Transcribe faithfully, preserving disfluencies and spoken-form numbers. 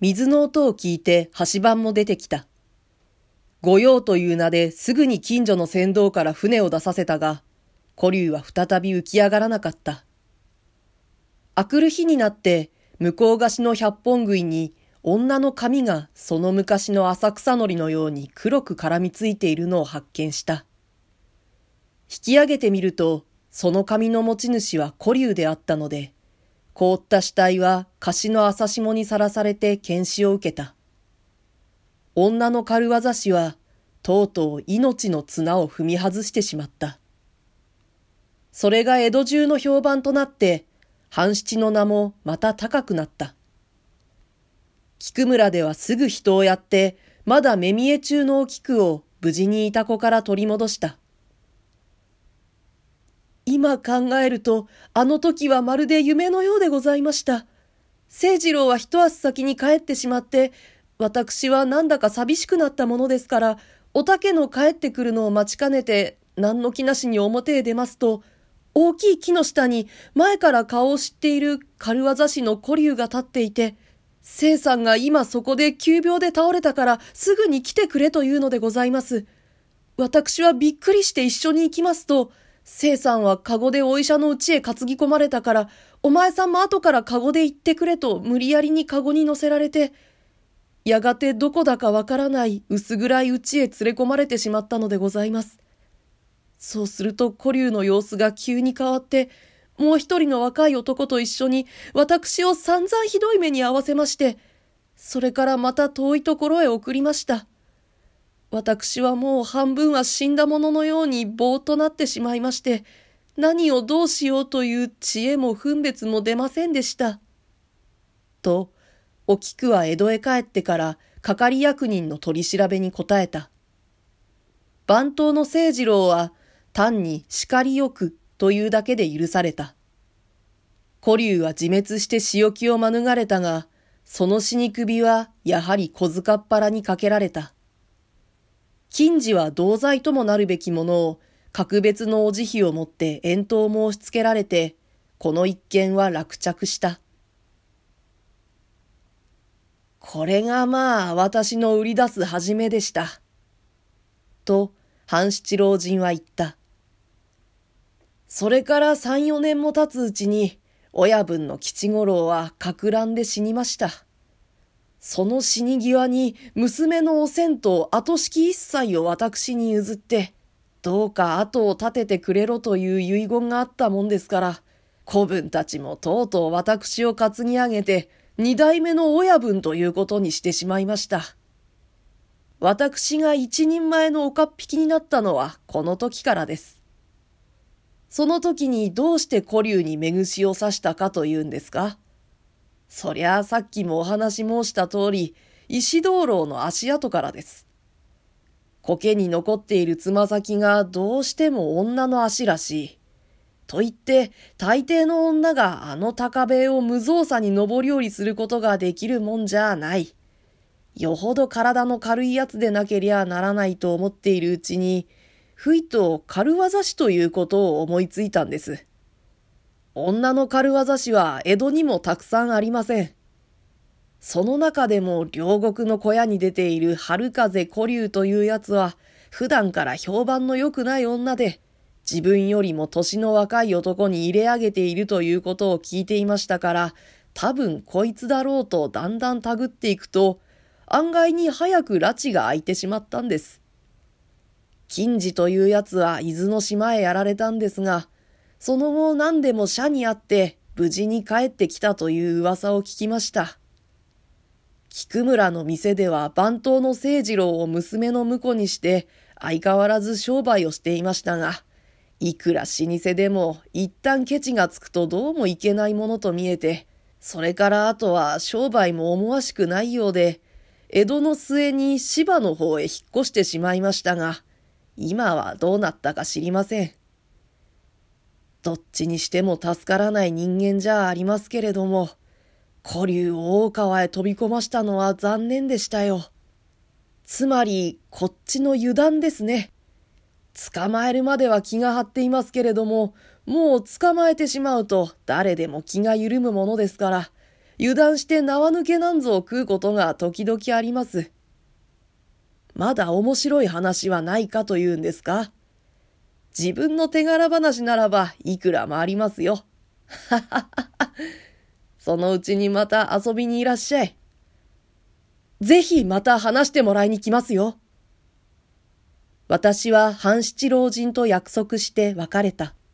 水の音を聞いて橋番も出てきた。御用という名ですぐに近所の船頭から船を出させたが、古龍は再び浮き上がらなかった。明くる日になって向こう岸の百本杭に女の髪がその昔の浅草のりのように黒く絡みついているのを発見した。引き上げてみると、その髪の持ち主は古龍であったので、凍った死体は樫の浅霜にさらされて検視を受けた。女の軽業師は、とうとう命の綱を踏み外してしまった。それが江戸中の評判となって、半七の名もまた高くなった。菊村ではすぐ人をやって、まだ目見え中のお菊を無事にいた子から取り戻した。今考えると、あの時はまるで夢のようでございました。清次郎は一足先に帰ってしまって、私はなんだか寂しくなったものですから、おたけの帰ってくるのを待ちかねて、何の気なしに表へ出ますと、大きい木の下に前から顔を知っている軽業師の古龍が立っていて、清さんが今そこで急病で倒れたからすぐに来てくれというのでございます。私はびっくりして一緒に行きますと、清さんはカゴでお医者の家へ担ぎ込まれたから、お前さんも後からカゴで行ってくれと無理やりにカゴに乗せられて、やがてどこだかわからない薄暗い家へ連れ込まれてしまったのでございます。そうすると古龍の様子が急に変わって、もう一人の若い男と一緒に私を散々ひどい目に遭わせまして、それからまた遠いところへ送りました。私はもう半分は死んだもののようにぼーっとなってしまいまして、何をどうしようという知恵も分別も出ませんでした。と、お菊は江戸へ帰ってから係役人の取り調べに答えた。番頭の清次郎は単に叱りよくというだけで許された。古龍は自滅して仕置きを免れたが、その死に首はやはり小塚っ腹にかけられた。近次は同罪ともなるべきものを格別のお慈悲をもって遠島申し付けられて、この一件は落着した。これがまあ私の売り出す始めでした。と半七老人は言った。それから三四年も経つうちに、親分の吉五郎は格乱で死にました。その死に際に娘のおせんと後敷一切を私に譲って、どうか後を立ててくれろという遺言があったもんですから、子分たちもとうとう私を担ぎ上げて、二代目の親分ということにしてしまいました。私が一人前の岡っ引きになったのはこの時からです。その時にどうして古龍に目串を刺したかというんですか。そりゃあさっきもお話申した通り、石灯籠の足跡からです。苔に残っているつま先がどうしても女の足らしい。と言って、大抵の女があの高塀を無造作に上り下りすることができるもんじゃない。よほど体の軽いやつでなけりゃならないと思っているうちに、ふいと軽業師ということを思いついたんです。女の軽業師は江戸にもたくさんありません。その中でも両国の小屋に出ている春風古龍というやつは、普段から評判の良くない女で、自分よりも年の若い男に入れ上げているということを聞いていましたから、多分こいつだろうとだんだんたぐっていくと、案外に早く拉致が開いてしまったんです。金次というやつは伊豆の島へやられたんですが、その後何でも社にあって無事に帰ってきたという噂を聞きました。菊村の店では番頭の清次郎を娘の婿にして相変わらず商売をしていましたが、いくら老舗でも一旦ケチがつくとどうもいけないものと見えて、それからあとは商売も思わしくないようで、江戸の末に芝の方へ引っ越してしまいましたが、今はどうなったか知りません。どっちにしても助からない人間じゃありますけれども、古龍を大川へ飛び込ましたのは残念でしたよ。つまりこっちの油断ですね。捕まえるまでは気が張っていますけれども、もう捕まえてしまうと誰でも気が緩むものですから、 油断して縄抜けなんぞを食うことが時々あります。まだ面白い話はないかというんですか。自分の手柄話ならばいくらもありますよ。はははは。そのうちにまた遊びにいらっしゃい。ぜひまた話してもらいに来ますよ。私は半七老人と約束して別れた。